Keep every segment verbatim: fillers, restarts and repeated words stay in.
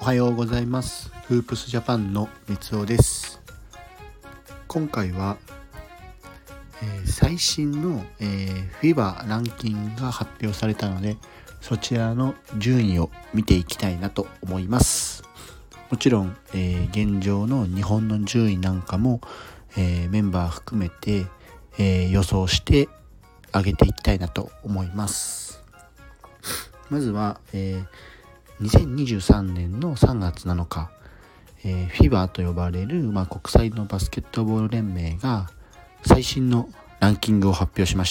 はようございます。フープスジャパンの三尾です。今回は、えー、最新の、えー、フィバランキングが発表されたので、そちらの順位を見ていきたいなと思います。もちろん、えー、現状の日本の順位なんかも、えー、メンバー含めて、えー、予想して上げていきたいなと思います。まずは、えーにせんにじゅうさんねんのさんがつなのか、えー、フィバと呼ばれる、まあ、国際のバスケットボール連盟が最新のランキングを発表しました。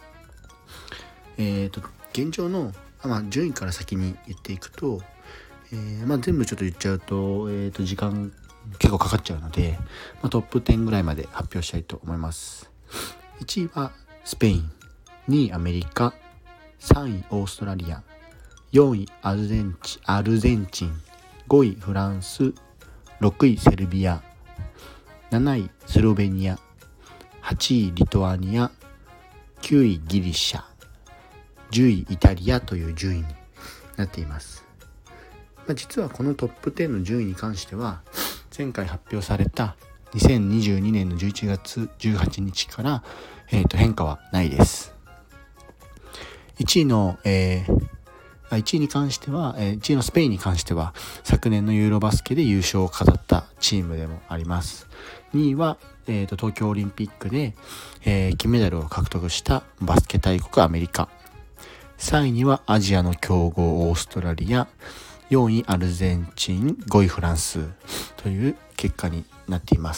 えーと、現状の、まあ、順位から先に言っていくと、えーまあ、全部ちょっと言っちゃうと、えーと時間結構かかっちゃうので、まあ、トップじゅうぐらいまで発表したいと思います。いちいはスペイン、にいアメリカ、さんいオーストラリア、よんいアルゼンチン、アルゼンチン、ごいフランス、ろくいセルビア、なないスロベニア、はちいリトアニア、きゅういギリシャ、じゅういイタリアという順位になっています。まあ、実はこのトップじゅうの順位に関しては前回発表されたにせんにじゅうにねんのじゅういちがつじゅうはちにちから、えー、と変化はないです。いちいの、えーいちいに関しては、いちいのスペインに関しては昨年のユーロバスケで優勝を飾ったチームでもあります。にいは、えー、と東京オリンピックで、えー、金メダルを獲得したバスケ大国アメリカ。さんいにはアジアの強豪オーストラリア、よんいアルゼンチン、ごいフランスという結果になっています。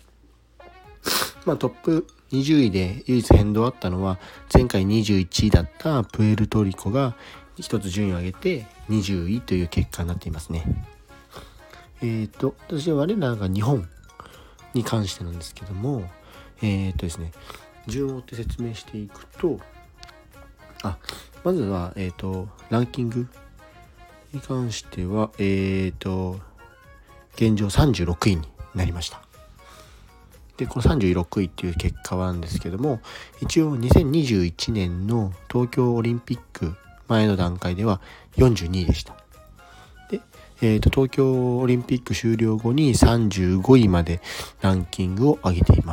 まあ、トップにじゅういで唯一変動あったのは前回にじゅういちいだったプエルトリコが一つ順位を上げてにじゅういという結果になっていますね。えーと、私は我らが日本に関してなんですけども、えーとですね、順を追って説明していくと、あ、まずは、えーと、ランキングに関しては、えーと、現状さんじゅうろくいになりました。で、このさんじゅうろくいっていう結果なんですけども、一応にせんにじゅういちねんの東京オリンピック前の段階ではよんじゅうにいでした。で、えーと、東京オリンピック終了後にさんじゅうごいまでランキングを上げています。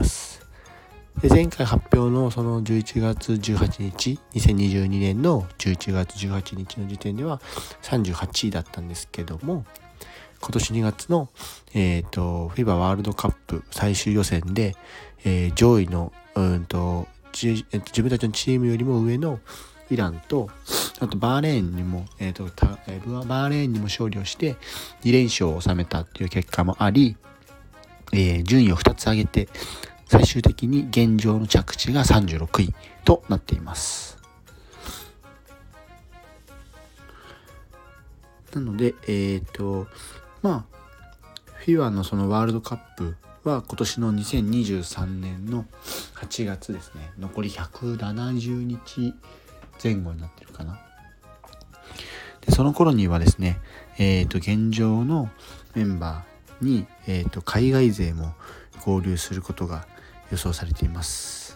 で、前回発表のそのじゅういちがつじゅうはちにち、にせんにじゅうにねんのじゅういちがつじゅうはちにちの時点ではさんじゅうはちいだったんですけども、今年にがつの、えーと、フィバワールドカップ最終予選で、えー、上位の、うんと、自分たちのチームよりも上のイランと、あとバーレーンにも、えーと、バーレーンにも勝利をしてにれんしょうを収めたという結果もあり、えー、順位をふたつ上げて最終的に現状の着地がさんじゅうろくいとなっています。なので、えーと、まあ、フィバのそのワールドカップは今年のにせんにじゅうさんねんのはちがつですね。残りひゃくななじゅうにちぜん後になってるかな。で、その頃にはですね、えーと、現状のメンバーに、えーと、海外勢も合流することが予想されています。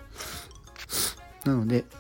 なので、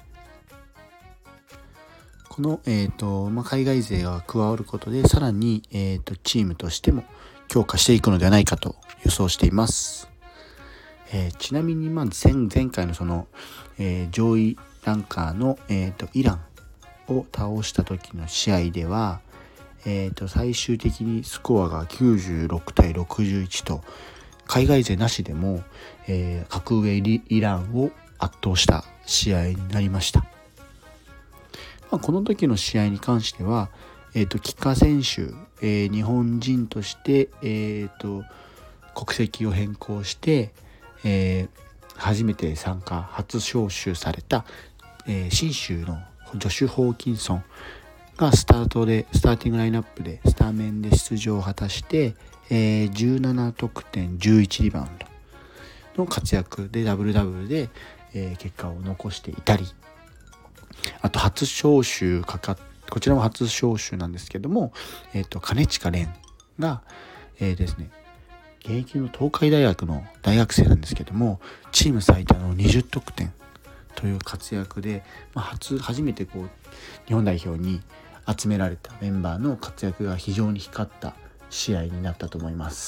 この、えーとまあ、海外勢が加わることでさらに、えーと、チームとしても強化していくのではないかと予想しています。えー、ちなみに、まあ、前, 前回のその、えー、上位ランカーの、えーと、イランを倒した時の試合では、えーと、最終的にスコアがきゅうじゅうろくたいろくじゅういちと海外勢なしでも、えー、格上イランを圧倒した試合になりました。まあ、この時の試合に関しては、えーと、キッカー選手、えー、日本人として、えーと、国籍を変更して、えー、初めて参加初招集された、えー、信州のジョシュ・ホーキンソンがスタートでスターティングラインナップでスタメンで出場を果たして、えー、じゅうななとくてんじゅういちリバウンドの活躍でダブルダブルで、えー、結果を残していたり、あと初招集かかっこちらも初招集なんですけども、えっと金近廉が、えー、ですね現役の東海大学の大学生なんですけども、チーム最多のにじゅっとくてんという活躍で、まあ、初初めてこう日本代表に集められたメンバーの活躍が非常に光った試合になったと思います。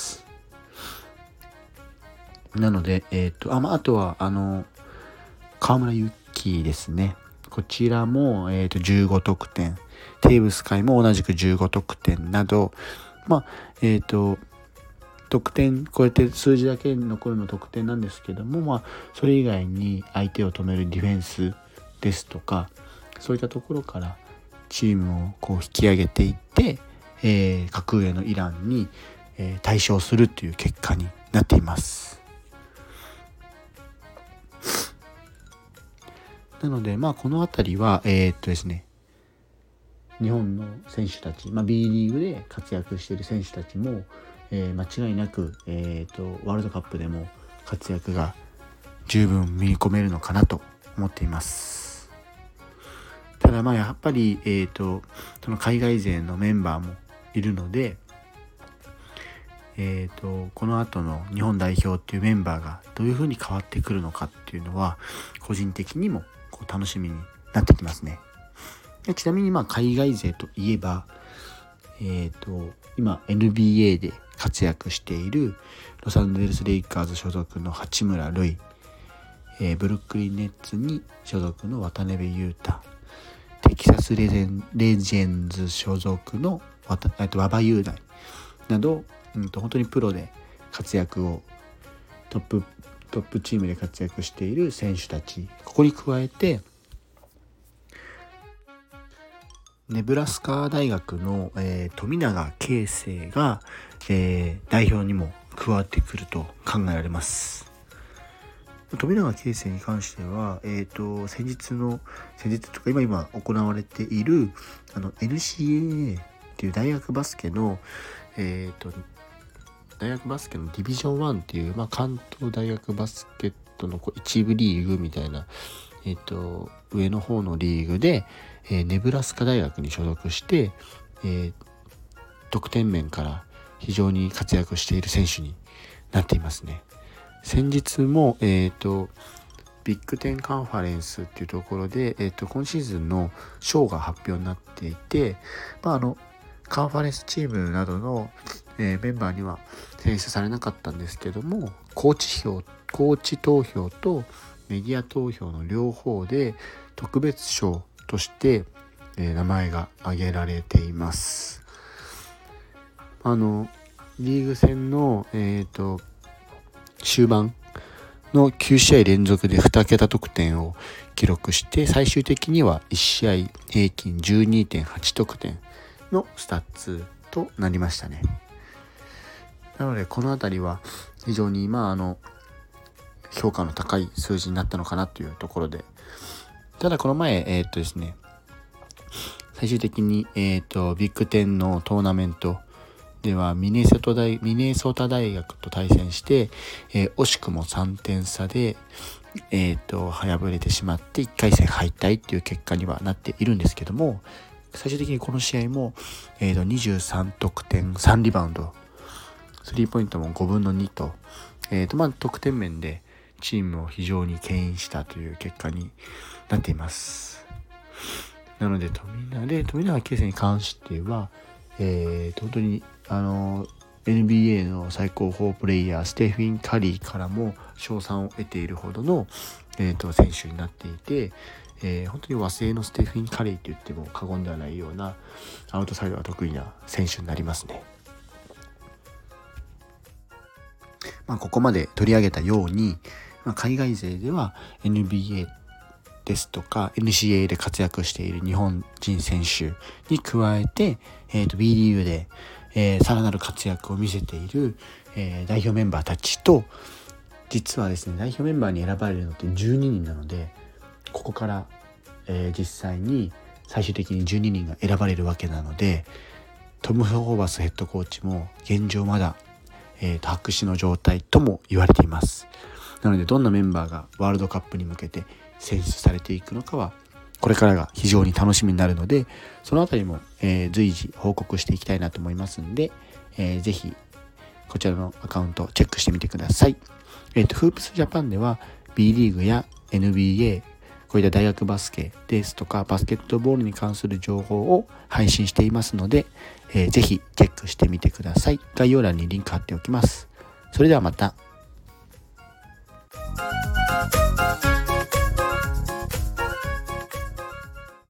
なので、えーとあまあ、あとはあの河村勇輝ですね。こちらも、えーとじゅうごとくてん、テーブス海も同じくじゅうごとくてんなど、まあえーと得点こうやって数字だけ残るの得点なんですけども、まあそれ以外に相手を止めるディフェンスですとか、そういったところからチームをこう引き上げていって、えー、格上のイランに、えー、対勝するという結果になっています。なのでまあこのあたりはえー、っとですね日本の選手たち、まあ、B リーグで活躍している選手たちも、えー、間違いなく、えー、とワールドカップでも活躍が十分見込めるのかなと思っています。ただまあやっぱり、えー、とその海外勢のメンバーもいるので、えー、とこの後の日本代表っていうメンバーがどういう風に変わってくるのかっていうのは個人的にもこう楽しみになってきますね。ちなみにまあ海外勢といえば、えー、と今 エヌビーエー で活躍しているロサンゼルスレイカーズ所属の八村塁、えー、ブルックリンネッツに所属の渡邊雄太、テキサスレジェン、レジェンズ所属の馬場雄大など、うん、と本当にプロで活躍をトップトップチームで活躍している選手たち、ここに加えてネブラスカ大学の、えー、富永啓生が、えー、代表にも加わってくると考えられます。富永啓生に関しては、えー、と先日の先日とか今今行われているあの エヌシーエーエー っていう大学バスケの、えー、と大学バスケのディビジョンワンっていう、まあ、関東大学バスケットのこう一部リーグみたいな、えー、と上の方のリーグで、えー、ネブラスカ大学に所属して、えー、得点面から非常に活躍している選手になっていますね。先日も、えー、とビッグテンカンファレンスっていうところで、えー、と今シーズンの賞が発表になっていて、まあ、あのカンファレンスチームなどの、えー、メンバーには選出されなかったんですけども、コーチ票、コーチ投票とメディア投票の両方で特別賞として、えー、名前が挙げられています。あのリーグ戦の、えー、と終盤のきゅうしあい連続でに桁得点を記録して、最終的にはいち試合平均 じゅうにてんはち 得点のスタッツとなりましたね。なのでこのあたりは非常にまああの評価の高い数字になったのかなというところで、ただこの前えー、っとですね最終的にえー、っとビッグテンのトーナメントではミネソタ大、ミネソタ大学と対戦して、えー、惜しくもさんてん差で、えー、と敗れてしまっていっかい戦敗退っていう結果にはなっているんですけども、最終的にこの試合も、えー、とにじゅうさんとくてんさんリバウンド、スリーポイントもごぶんのにと、えーとまあ、得点面でチームを非常に牽引したという結果になっています。なので富永で富永啓生に関しては、えー、と本当にあの エヌビーエー の最高峰プレイヤーステフィン・カリーからも称賛を得ているほどの、えー、と選手になっていて、えー、本当に和製のステフィン・カリーと言っても過言ではないようなアウトサイドが得意な選手になりますね。まあ、ここまで取り上げたように、まあ、海外勢では エヌビーエー ですとか エヌシーエー で活躍している日本人選手に加えて、えー、と B リーグで、えー、さらなる活躍を見せている、えー、代表メンバーたちと、実はですね代表メンバーに選ばれるのってじゅうににんなので、ここから、えー、実際に最終的にじゅうににんが選ばれるわけなので、トム・ホーバスヘッドコーチも現状まだ、えー、と白紙の状態とも言われています。なのでどんなメンバーがワールドカップに向けて選出されていくのかはこれからが非常に楽しみになるので、そのあたりも、えー、随時報告していきたいなと思いますんで、えー、ぜひこちらのアカウントチェックしてみてください。えーと、フープスジャパンでは B リーグや エヌビーエー、 こういった大学バスケですとかバスケットボールに関する情報を配信していますので、えー、ぜひチェックしてみてください。概要欄にリンク貼っておきます。それではまた。